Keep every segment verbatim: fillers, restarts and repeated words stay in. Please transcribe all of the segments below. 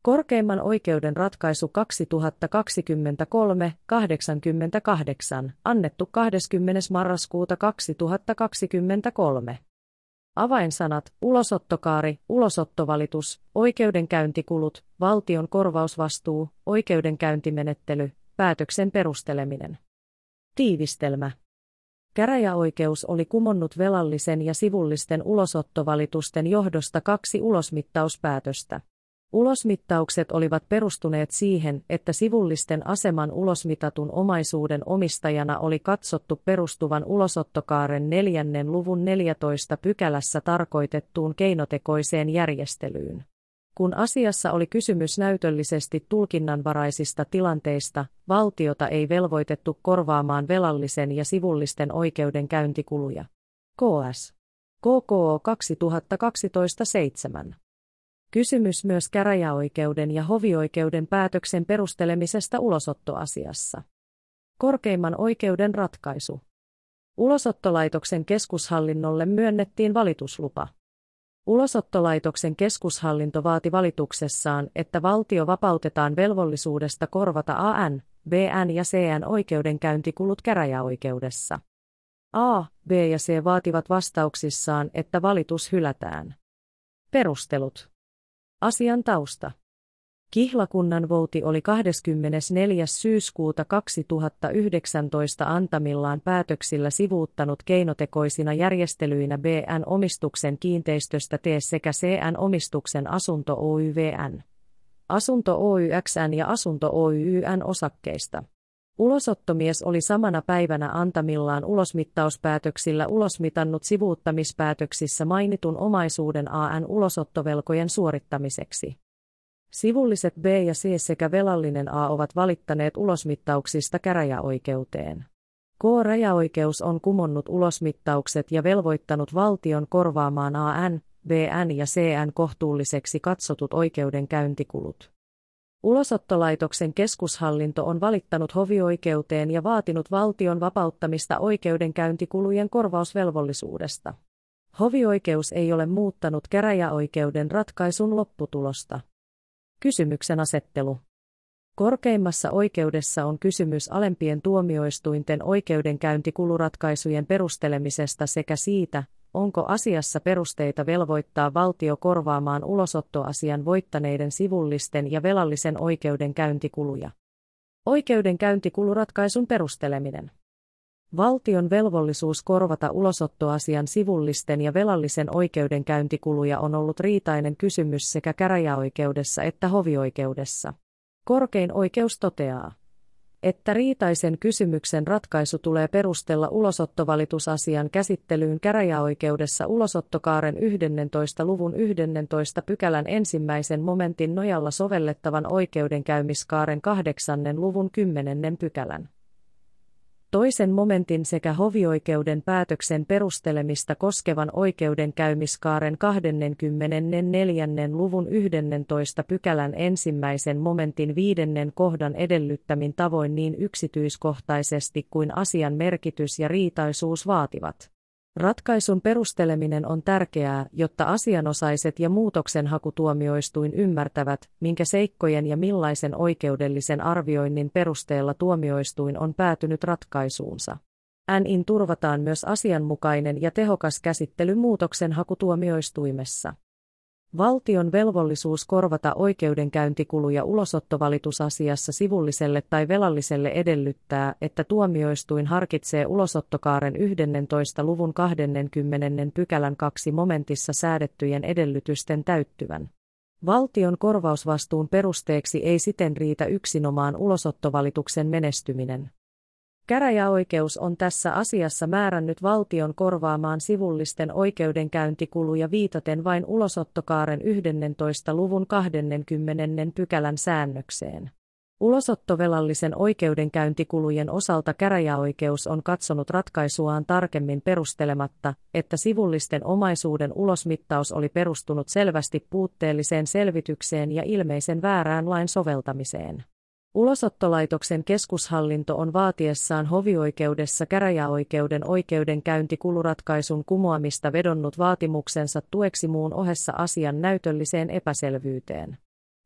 Korkeimman oikeuden ratkaisu kaksituhattakaksikymmentäkolme kahdeksankymmentäkahdeksan, annettu kahdeskymmenes marraskuuta kaksituhattakaksikymmentäkolme. Avainsanat: ulosottokaari, ulosottovalitus, oikeudenkäyntikulut, valtion korvausvastuu, oikeudenkäyntimenettely, päätöksen perusteleminen. Tiivistelmä. Käräjäoikeus oli kumonnut velallisen ja sivullisten ulosottovalitusten johdosta kaksi ulosmittauspäätöstä. Ulosmittaukset olivat perustuneet siihen, että sivullisten aseman ulosmitatun omaisuuden omistajana oli katsottu perustuvan ulosottokaaren neljännen luvun neljännessä pykälässä tarkoitettuun keinotekoiseen järjestelyyn. Kun asiassa oli kysymys näytöllisesti tulkinnanvaraisista tilanteista, valtiota ei velvoitettu korvaamaan velallisen ja sivullisten oikeudenkäyntikuluja. K S. K K O kaksituhattakaksitoista seitsemän. Kysymys myös käräjäoikeuden ja hovioikeuden päätöksen perustelemisesta ulosottoasiassa. Korkeimman oikeuden ratkaisu. Ulosottolaitoksen keskushallinnolle myönnettiin valituslupa. Ulosottolaitoksen keskushallinto vaati valituksessaan, että valtio vapautetaan velvollisuudesta korvata A N, B N ja C N oikeudenkäyntikulut käräjäoikeudessa. A, B ja C vaativat vastauksissaan, että valitus hylätään. Perustelut. Asian tausta. Kihlakunnan vouti oli kahdeskymmenesneljäs syyskuuta kaksituhattayhdeksäntoista antamillaan päätöksillä sivuuttanut keinotekoisina järjestelyinä B N-omistuksen kiinteistöstä T sekä C N-omistuksen Asunto Oy V N, Asunto Oy X N ja Asunto Oy Y N osakkeista. Ulosottomies oli samana päivänä antamillaan ulosmittauspäätöksillä ulosmitannut sivuuttamispäätöksissä mainitun omaisuuden A N-ulosottovelkojen suorittamiseksi. Sivulliset B ja C sekä velallinen A ovat valittaneet ulosmittauksista käräjäoikeuteen. K-rajaoikeus on kumonnut ulosmittaukset ja velvoittanut valtion korvaamaan A N, B N ja C N kohtuulliseksi katsotut oikeudenkäyntikulut. Ulosottolaitoksen keskushallinto on valittanut hovioikeuteen ja vaatinut valtion vapauttamista oikeudenkäyntikulujen korvausvelvollisuudesta. Hovioikeus ei ole muuttanut käräjäoikeuden ratkaisun lopputulosta. Kysymyksen asettelu. Korkeimmassa oikeudessa on kysymys alempien tuomioistuinten oikeudenkäyntikuluratkaisujen perustelemisesta sekä siitä, onko asiassa perusteita velvoittaa valtio korvaamaan ulosottoasian voittaneiden sivullisten ja velallisen oikeudenkäyntikuluja. Oikeudenkäyntikuluratkaisun perusteleminen. Valtion velvollisuus korvata ulosottoasian sivullisten ja velallisen oikeudenkäyntikuluja on ollut riitainen kysymys sekä käräjäoikeudessa että hovioikeudessa. Korkein oikeus toteaa, että riitaisen kysymyksen ratkaisu tulee perustella ulosottovalitusasian käsittelyyn käräjäoikeudessa ulosottokaaren yhdentoista luvun yhdentoista pykälän ensimmäisen momentin nojalla sovellettavan oikeudenkäymiskaaren kahdeksannen luvun kymmenennen pykälän. Toisen momentin sekä hovioikeuden päätöksen perustelemista koskevan oikeudenkäymiskaaren kaksikymmentäneljä luvun yhdentoista pykälän ensimmäisen momentin viidennen kohdan edellyttämin tavoin niin yksityiskohtaisesti kuin asian merkitys ja riitaisuus vaativat. Ratkaisun perusteleminen on tärkeää, jotta asianosaiset ja muutoksenhakutuomioistuin ymmärtävät, minkä seikkojen ja millaisen oikeudellisen arvioinnin perusteella tuomioistuin on päätynyt ratkaisuunsa. Näin turvataan myös asianmukainen ja tehokas käsittely muutoksenhakutuomioistuimessa. Valtion velvollisuus korvata oikeudenkäyntikuluja ulosottovalitusasiassa sivulliselle tai velalliselle edellyttää, että tuomioistuin harkitsee ulosottokaaren yhdentoista luvun kaksikymmentä pykälän kaksi momentissa säädettyjen edellytysten täyttyvän. Valtion korvausvastuun perusteeksi ei siten riitä yksinomaan ulosottovalituksen menestyminen. Käräjäoikeus on tässä asiassa määrännyt valtion korvaamaan sivullisten oikeudenkäyntikuluja viitaten vain ulosottokaaren yhdentoista luvun kaksikymmentä pykälän säännökseen. Ulosottovelallisen oikeudenkäyntikulujen osalta käräjäoikeus on katsonut ratkaisuaan tarkemmin perustelematta, että sivullisten omaisuuden ulosmittaus oli perustunut selvästi puutteelliseen selvitykseen ja ilmeisen väärään lain soveltamiseen. Ulosottolaitoksen keskushallinto on vaatiessaan hovioikeudessa käräjäoikeuden oikeudenkäyntikuluratkaisun kumoamista vedonnut vaatimuksensa tueksi muun ohessa asian näytölliseen epäselvyyteen.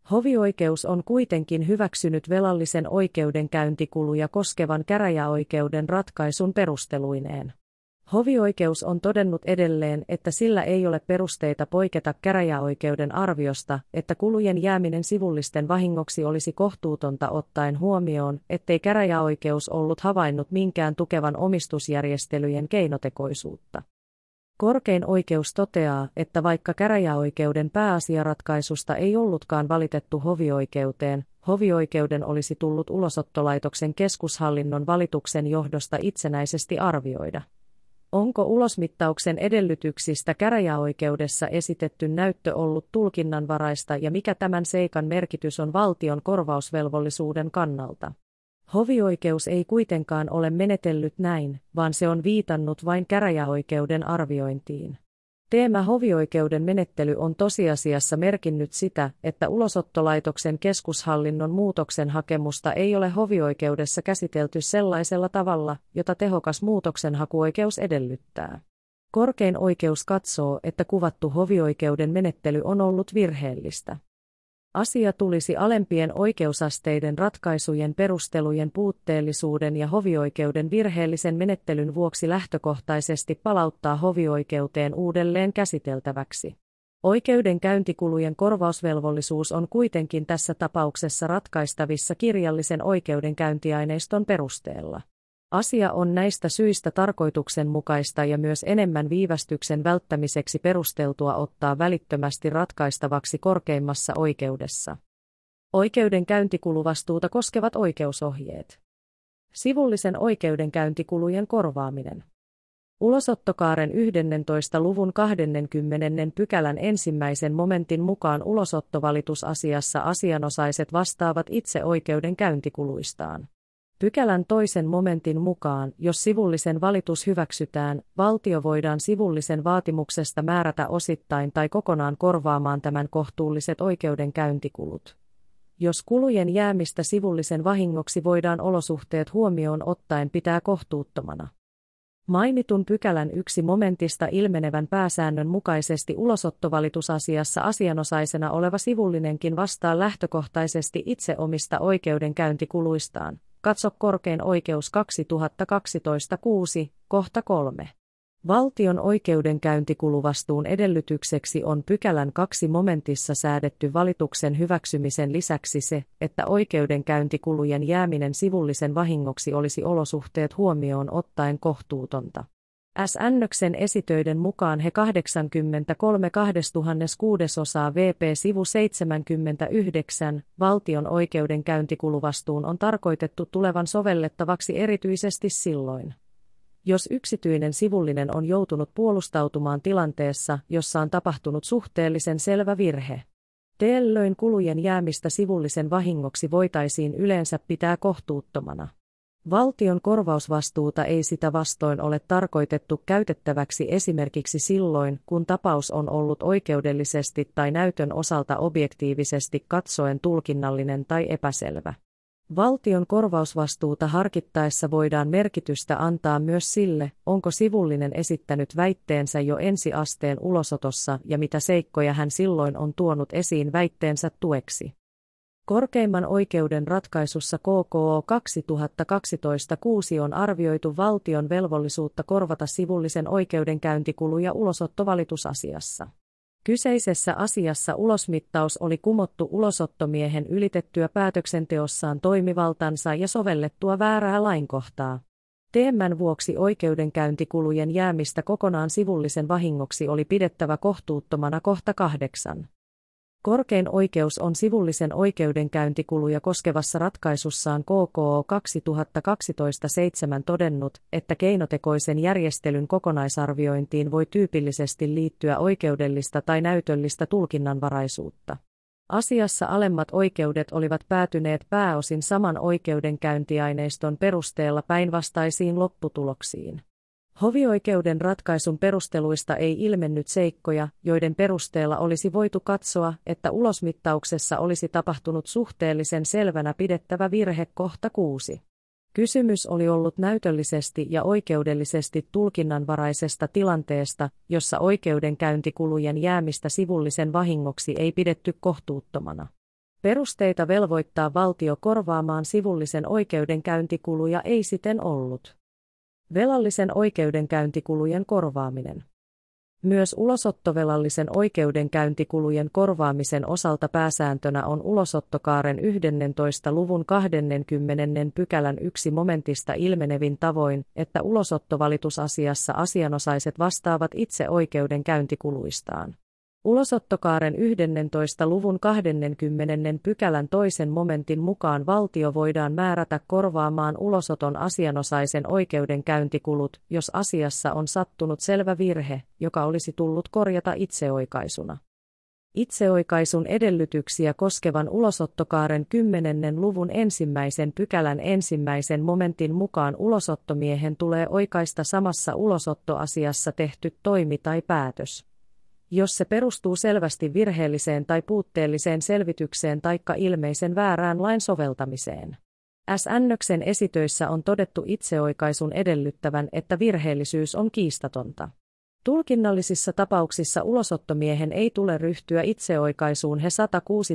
Hovioikeus on kuitenkin hyväksynyt velallisen oikeudenkäyntikuluja koskevan käräjäoikeuden ratkaisun perusteluineen. Hovioikeus on todennut edelleen, että sillä ei ole perusteita poiketa käräjäoikeuden arviosta, että kulujen jääminen sivullisten vahingoksi olisi kohtuutonta ottaen huomioon, ettei käräjäoikeus ollut havainnut minkään tukevan omistusjärjestelyjen keinotekoisuutta. Korkein oikeus toteaa, että vaikka käräjäoikeuden pääasiaratkaisusta ei ollutkaan valitettu hovioikeuteen, hovioikeuden olisi tullut ulosottolaitoksen keskushallinnon valituksen johdosta itsenäisesti arvioida, onko ulosmittauksen edellytyksistä käräjäoikeudessa esitetty näyttö ollut tulkinnanvaraista ja mikä tämän seikan merkitys on valtion korvausvelvollisuuden kannalta. Hovioikeus ei kuitenkaan ole menetellyt näin, vaan se on viitannut vain käräjäoikeuden arviointiin. Teemä hovioikeuden menettely on tosiasiassa merkinnyt sitä, että ulosottolaitoksen keskushallinnon muutoksenhakemusta ei ole hovioikeudessa käsitelty sellaisella tavalla, jota tehokas muutoksenhakuoikeus edellyttää. Korkein oikeus katsoo, että kuvattu hovioikeuden menettely on ollut virheellistä. Asia tulisi alempien oikeusasteiden ratkaisujen perustelujen puutteellisuuden ja hovioikeuden virheellisen menettelyn vuoksi lähtökohtaisesti palauttaa hovioikeuteen uudelleen käsiteltäväksi. Oikeudenkäyntikulujen korvausvelvollisuus on kuitenkin tässä tapauksessa ratkaistavissa kirjallisen oikeudenkäyntiaineiston perusteella. Asia on näistä syistä tarkoituksenmukaista ja myös enemmän viivästyksen välttämiseksi perusteltua ottaa välittömästi ratkaistavaksi korkeimmassa oikeudessa. Oikeudenkäyntikuluvastuuta koskevat oikeusohjeet. Sivullisen oikeudenkäyntikulujen korvaaminen. Ulosottokaaren yhdentoista luvun kahdenkymmenen pykälän ensimmäisen momentin mukaan ulosottovalitusasiassa asianosaiset vastaavat itse oikeudenkäyntikuluistaan. Pykälän toisen momentin mukaan, jos sivullisen valitus hyväksytään, valtio voidaan sivullisen vaatimuksesta määrätä osittain tai kokonaan korvaamaan tämän kohtuulliset oikeudenkäyntikulut. Jos kulujen jäämistä sivullisen vahingoksi voidaan olosuhteet huomioon ottaen pitää kohtuuttomana. Mainitun pykälän yksi momentista ilmenevän pääsäännön mukaisesti ulosottovalitusasiassa asianosaisena oleva sivullinenkin vastaa lähtökohtaisesti itse omista oikeudenkäyntikuluistaan. Katso korkein oikeus kaksituhattakaksitoista kuusi, kohta kolme. Valtion oikeudenkäyntikuluvastuun edellytykseksi on pykälän kaksi momentissa säädetty valituksen hyväksymisen lisäksi se, että oikeudenkäyntikulujen jääminen sivullisen vahingoksi olisi olosuhteet huomioon ottaen kohtuutonta. S-N-nöksen esitöiden mukaan he kahdeksankymmentäkolme kaksituhattakuusi V P sivu seitsemänkymmentäyhdeksän, valtion oikeudenkäyntikuluvastuun on tarkoitettu tulevan sovellettavaksi erityisesti silloin, jos yksityinen sivullinen on joutunut puolustautumaan tilanteessa, jossa on tapahtunut suhteellisen selvä virhe. Tällöin kulujen jäämistä sivullisen vahingoksi voitaisiin yleensä pitää kohtuuttomana. Valtion korvausvastuuta ei sitä vastoin ole tarkoitettu käytettäväksi esimerkiksi silloin, kun tapaus on ollut oikeudellisesti tai näytön osalta objektiivisesti katsoen tulkinnallinen tai epäselvä. Valtion korvausvastuuta harkittaessa voidaan merkitystä antaa myös sille, onko sivullinen esittänyt väitteensä jo ensiasteen ulosotossa ja mitä seikkoja hän silloin on tuonut esiin väitteensä tueksi. Korkeimman oikeuden ratkaisussa K K O kaksituhattakaksitoista kuusi on arvioitu valtion velvollisuutta korvata sivullisen oikeudenkäyntikuluja ulosottovalitusasiassa. Kyseisessä asiassa ulosmittaus oli kumottu ulosottomiehen ylitettyä päätöksenteossaan toimivaltansa ja sovellettua väärää lainkohtaa. Teemän vuoksi oikeudenkäyntikulujen jäämistä kokonaan sivullisen vahingoksi oli pidettävä kohtuuttomana kohta kahdeksan. Korkein oikeus on sivullisen oikeudenkäyntikuluja koskevassa ratkaisussaan K K O kaksituhattakaksitoista seitsemän todennut, että keinotekoisen järjestelyn kokonaisarviointiin voi tyypillisesti liittyä oikeudellista tai näytöllistä tulkinnanvaraisuutta. Asiassa alemmat oikeudet olivat päätyneet pääosin saman oikeudenkäyntiaineiston perusteella päinvastaisiin lopputuloksiin. Hovioikeuden ratkaisun perusteluista ei ilmennyt seikkoja, joiden perusteella olisi voitu katsoa, että ulosmittauksessa olisi tapahtunut suhteellisen selvänä pidettävä virhe kohta kuusi. Kysymys oli ollut näytöllisesti ja oikeudellisesti tulkinnanvaraisesta tilanteesta, jossa oikeudenkäyntikulujen jäämistä sivullisen vahingoksi ei pidetty kohtuuttomana. Perusteita velvoittaa valtio korvaamaan sivullisen oikeudenkäyntikuluja ei siten ollut. Velallisen oikeudenkäyntikulujen korvaaminen. Myös ulosottovelallisen oikeudenkäyntikulujen korvaamisen osalta pääsääntönä on ulosottokaaren yhdentoista luvun kaksikymmentä pykälän yksi momentista ilmenevin tavoin, että ulosottovalitusasiassa asianosaiset vastaavat itse oikeudenkäyntikuluistaan. Ulosottokaaren yhdentoista luvun kaksikymmentä pykälän toisen momentin mukaan valtio voidaan määrätä korvaamaan ulosoton asianosaisen oikeudenkäyntikulut, jos asiassa on sattunut selvä virhe, joka olisi tullut korjata itseoikaisuna. Itseoikaisun edellytyksiä koskevan ulosottokaaren kymmenennen luvun ensimmäisen pykälän ensimmäisen momentin mukaan ulosottomiehen tulee oikaista samassa ulosottoasiassa tehty toimi tai päätös, jos se perustuu selvästi virheelliseen tai puutteelliseen selvitykseen taikka ilmeisen väärään lain soveltamiseen. S-säännöksen esitöissä on todettu itseoikaisun edellyttävän, että virheellisyys on kiistatonta. Tulkinnallisissa tapauksissa ulosottomiehen ei tule ryhtyä itseoikaisuun he sata kuusi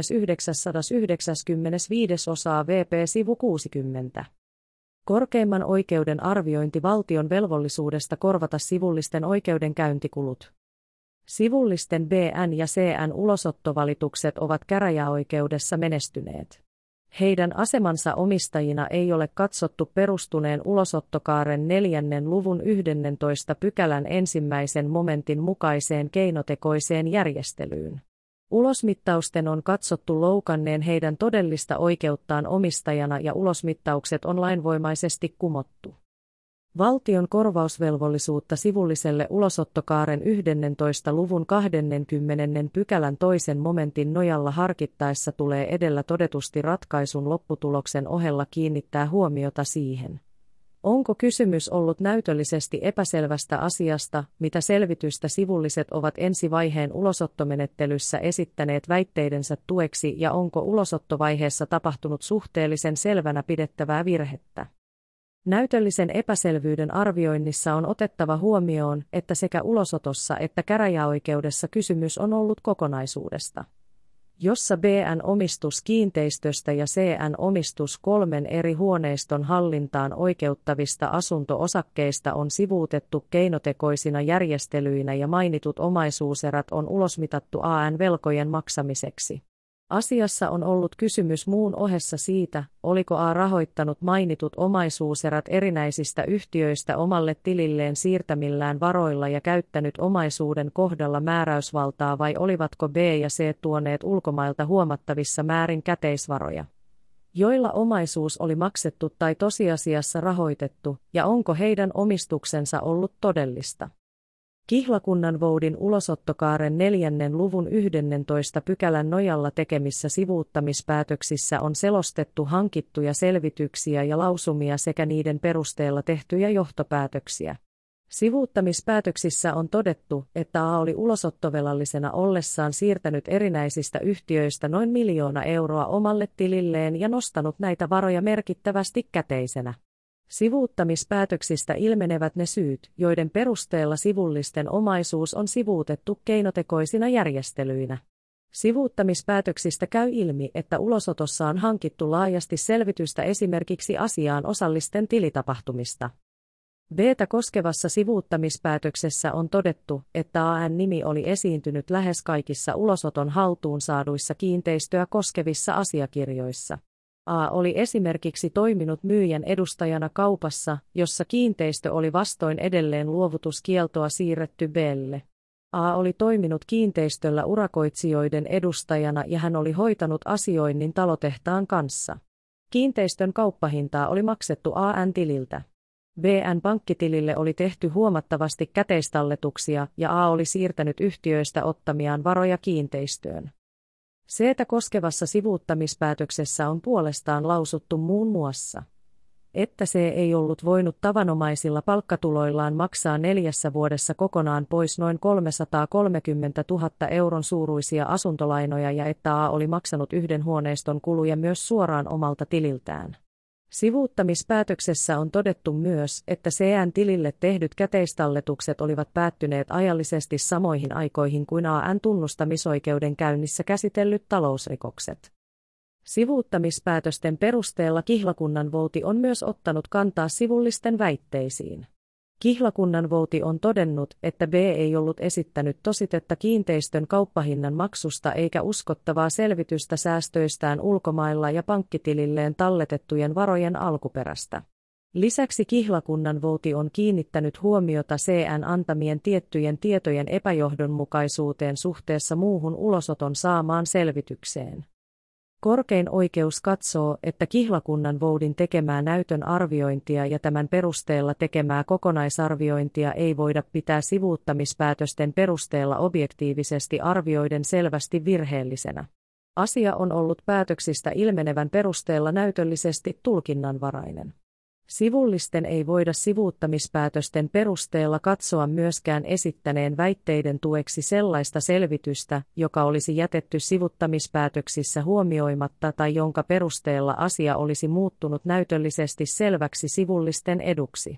yhdeksänsataayhdeksänkymmentäviisi osaa V P sivu kuusikymmentä. Korkeimman oikeuden arviointi valtion velvollisuudesta korvata sivullisten oikeudenkäyntikulut. Sivullisten B N ja C N ulosottovalitukset ovat käräjäoikeudessa menestyneet. Heidän asemansa omistajina ei ole katsottu perustuneen ulosottokaaren neljännen luvun yhdentoista pykälän ensimmäisen momentin mukaiseen keinotekoiseen järjestelyyn. Ulosmittausten on katsottu loukanneen heidän todellista oikeuttaan omistajana ja ulosmittaukset on lainvoimaisesti kumottu. Valtion korvausvelvollisuutta sivulliselle ulosottokaaren yhdentoista luvun kaksikymmentä pykälän toisen momentin nojalla harkittaessa tulee edellä todetusti ratkaisun lopputuloksen ohella kiinnittää huomiota siihen, onko kysymys ollut näytöllisesti epäselvästä asiasta, mitä selvitystä sivulliset ovat ensivaiheen ulosottomenettelyssä esittäneet väitteidensä tueksi ja onko ulosottovaiheessa tapahtunut suhteellisen selvänä pidettävää virhettä. Näytöllisen epäselvyyden arvioinnissa on otettava huomioon, että sekä ulosotossa että käräjäoikeudessa kysymys on ollut kokonaisuudesta, jossa B N-omistus kiinteistöstä ja C N-omistus kolmen eri huoneiston hallintaan oikeuttavista asunto-osakkeista on sivuutettu keinotekoisina järjestelyinä ja mainitut omaisuuserät on ulosmitattu A N-velkojen maksamiseksi. Asiassa on ollut kysymys muun ohessa siitä, oliko A rahoittanut mainitut omaisuuserät erinäisistä yhtiöistä omalle tililleen siirtämillään varoilla ja käyttänyt omaisuuden kohdalla määräysvaltaa vai olivatko B ja C tuoneet ulkomailta huomattavissa määrin käteisvaroja, joilla omaisuus oli maksettu tai tosiasiassa rahoitettu, ja onko heidän omistuksensa ollut todellista. Kihlakunnanvoudin ulosottokaaren neljännen luvun yhdentoista pykälän nojalla tekemissä sivuuttamispäätöksissä on selostettu hankittuja selvityksiä ja lausumia sekä niiden perusteella tehtyjä johtopäätöksiä. Sivuuttamispäätöksissä on todettu, että A oli ulosottovelallisena ollessaan siirtänyt erinäisistä yhtiöistä noin miljoona euroa omalle tililleen ja nostanut näitä varoja merkittävästi käteisenä. Sivuuttamispäätöksistä ilmenevät ne syyt, joiden perusteella sivullisten omaisuus on sivuutettu keinotekoisina järjestelyinä. Sivuuttamispäätöksistä käy ilmi, että ulosotossa on hankittu laajasti selvitystä esimerkiksi asiaan osallisten tilitapahtumista. B:tä koskevassa sivuuttamispäätöksessä on todettu, että A N-nimi oli esiintynyt lähes kaikissa ulosoton haltuun saaduissa kiinteistöä koskevissa asiakirjoissa. A oli esimerkiksi toiminut myyjän edustajana kaupassa, jossa kiinteistö oli vastoin edelleen luovutuskieltoa siirretty B:lle. A oli toiminut kiinteistöllä urakoitsijoiden edustajana ja hän oli hoitanut asioinnin talotehtaan kanssa. Kiinteistön kauppahintaa oli maksettu A N-tililtä. B N-pankkitilille oli tehty huomattavasti käteistalletuksia ja A oli siirtänyt yhtiöistä ottamiaan varoja kiinteistöön. C:tä koskevassa sivuuttamispäätöksessä on puolestaan lausuttu muun muassa, että C ei ollut voinut tavanomaisilla palkkatuloillaan maksaa neljässä vuodessa kokonaan pois noin kolmesataakolmekymmentätuhatta euron suuruisia asuntolainoja ja että A oli maksanut yhden huoneiston kuluja myös suoraan omalta tililtään. Sivuuttamispäätöksessä on todettu myös, että C N-tilille tehdyt käteistalletukset olivat päättyneet ajallisesti samoihin aikoihin kuin A N-tunnustamisoikeudenkäynnissä käsitellyt talousrikokset. Sivuuttamispäätösten perusteella Kihlakunnanvouti on myös ottanut kantaa sivullisten väitteisiin. Kihlakunnanvouti on todennut, että B ei ollut esittänyt tositetta kiinteistön kauppahinnan maksusta eikä uskottavaa selvitystä säästöistään ulkomailla ja pankkitililleen talletettujen varojen alkuperästä. Lisäksi Kihlakunnanvouti on kiinnittänyt huomiota C N antamien tiettyjen tietojen epäjohdonmukaisuuteen suhteessa muuhun ulosoton saamaan selvitykseen. Korkein oikeus katsoo, että Kihlakunnanvoudin tekemää näytön arviointia ja tämän perusteella tekemää kokonaisarviointia ei voida pitää sivuuttamispäätösten perusteella objektiivisesti arvioiden selvästi virheellisenä. Asia on ollut päätöksistä ilmenevän perusteella näytöllisesti tulkinnanvarainen. Sivullisten ei voida sivuuttamispäätösten perusteella katsoa myöskään esittäneen väitteiden tueksi sellaista selvitystä, joka olisi jätetty sivuuttamispäätöksissä huomioimatta tai jonka perusteella asia olisi muuttunut näytöllisesti selväksi sivullisten eduksi.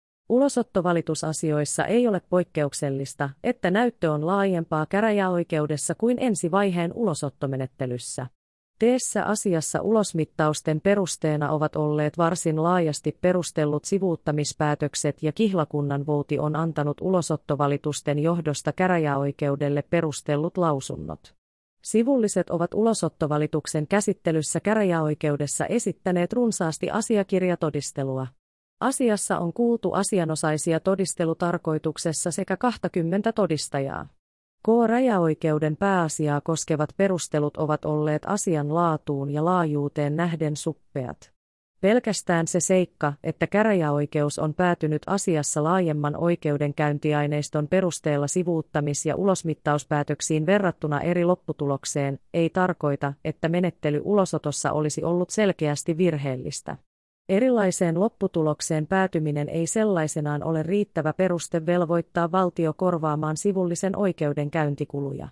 Ulosottovalitusasioissa ei ole poikkeuksellista, että näyttö on laajempaa käräjäoikeudessa kuin ensivaiheen ulosottomenettelyssä. Teessä asiassa ulosmittausten perusteena ovat olleet varsin laajasti perustellut sivuuttamispäätökset ja Kihlakunnanvouti on antanut ulosottovalitusten johdosta käräjäoikeudelle perustellut lausunnot. Sivulliset ovat ulosottovalituksen käsittelyssä käräjäoikeudessa esittäneet runsaasti asiakirjatodistelua. Asiassa on kuultu asianosaisia todistelutarkoituksessa sekä kaksikymmentä todistajaa. K-rajaoikeuden pääasiaa koskevat perustelut ovat olleet asian laatuun ja laajuuteen nähden suppeat. Pelkästään se seikka, että käräjäoikeus on päätynyt asiassa laajemman oikeudenkäyntiaineiston perusteella sivuuttamis- ja ulosmittauspäätöksiin verrattuna eri lopputulokseen, ei tarkoita, että menettely ulosotossa olisi ollut selkeästi virheellistä. Erilaiseen lopputulokseen päätyminen ei sellaisenaan ole riittävä peruste velvoittaa valtio korvaamaan sivullisen oikeudenkäyntikuluja.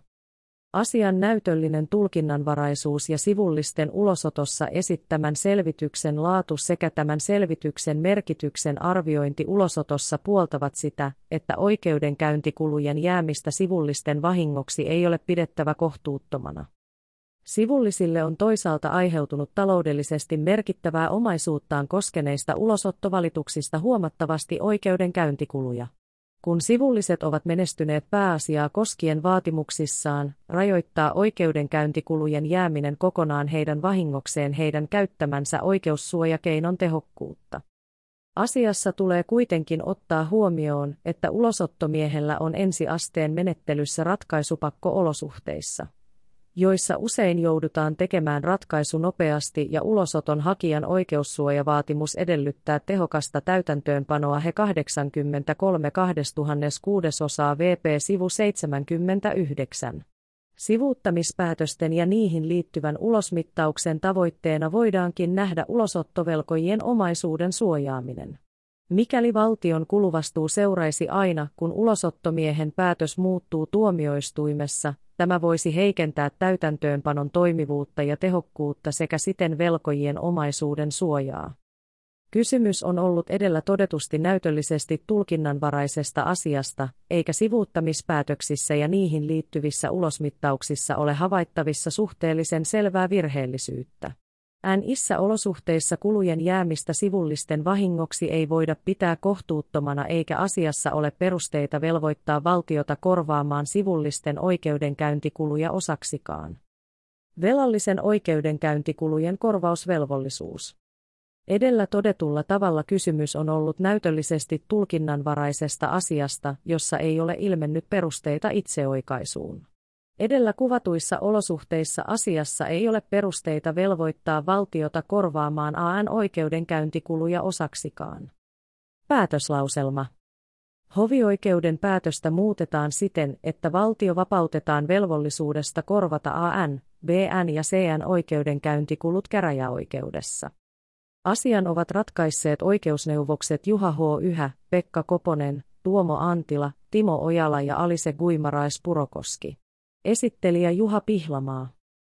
Asian näytöllinen tulkinnanvaraisuus ja sivullisten ulosotossa esittämän selvityksen laatu sekä tämän selvityksen merkityksen arviointi ulosotossa puoltavat sitä, että oikeudenkäyntikulujen jäämistä sivullisten vahingoksi ei ole pidettävä kohtuuttomana. Sivullisille on toisaalta aiheutunut taloudellisesti merkittävää omaisuuttaan koskeneista ulosottovalituksista huomattavasti oikeudenkäyntikuluja. Kun sivulliset ovat menestyneet pääasiaa koskien vaatimuksissaan, rajoittaa oikeudenkäyntikulujen jääminen kokonaan heidän vahingokseen heidän käyttämänsä oikeussuojakeinon tehokkuutta. Asiassa tulee kuitenkin ottaa huomioon, että ulosottomiehellä on ensiasteen menettelyssä ratkaisupakko olosuhteissa, joissa usein joudutaan tekemään ratkaisu nopeasti ja ulosoton hakijan oikeussuojavaatimus edellyttää tehokasta täytäntöönpanoa he kahdeksankymmentäkolme kaksituhattakuusi V P-sivu seitsemänkymmentäyhdeksän. Sivuuttamispäätösten ja niihin liittyvän ulosmittauksen tavoitteena voidaankin nähdä ulosottovelkojien omaisuuden suojaaminen. Mikäli valtion kuluvastuu seuraisi aina, kun ulosottomiehen päätös muuttuu tuomioistuimessa, tämä voisi heikentää täytäntöönpanon toimivuutta ja tehokkuutta sekä siten velkojien omaisuuden suojaa. Kysymys on ollut edellä todetusti näytöllisesti tulkinnanvaraisesta asiasta, eikä sivuuttamispäätöksissä ja niihin liittyvissä ulosmittauksissa ole havaittavissa suhteellisen selvää virheellisyyttä. Niissä olosuhteissa kulujen jäämistä sivullisten vahingoksi ei voida pitää kohtuuttomana eikä asiassa ole perusteita velvoittaa valtiota korvaamaan sivullisten oikeudenkäyntikuluja osaksikaan. Velallisen oikeudenkäyntikulujen korvausvelvollisuus. Edellä todetulla tavalla kysymys on ollut näytöllisesti tulkinnanvaraisesta asiasta, jossa ei ole ilmennyt perusteita itseoikaisuun. Edellä kuvatuissa olosuhteissa asiassa ei ole perusteita velvoittaa valtiota korvaamaan A N-oikeudenkäyntikuluja osaksikaan. Päätöslauselma. Hovioikeuden päätöstä muutetaan siten, että valtio vapautetaan velvollisuudesta korvata A N, B N ja C N-oikeudenkäyntikulut käräjäoikeudessa. Asian ovat ratkaisseet oikeusneuvokset Juha H. Yhä, Pekka Koponen, Tuomo Antila, Timo Ojala ja Alise Guimarais Purokoski. Esittelijä Juha Pihlamaa.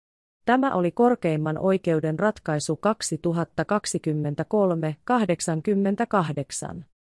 Tämä oli korkeimman oikeuden ratkaisu kaksituhattakaksikymmentäkolme kahdeksankymmentäkahdeksan.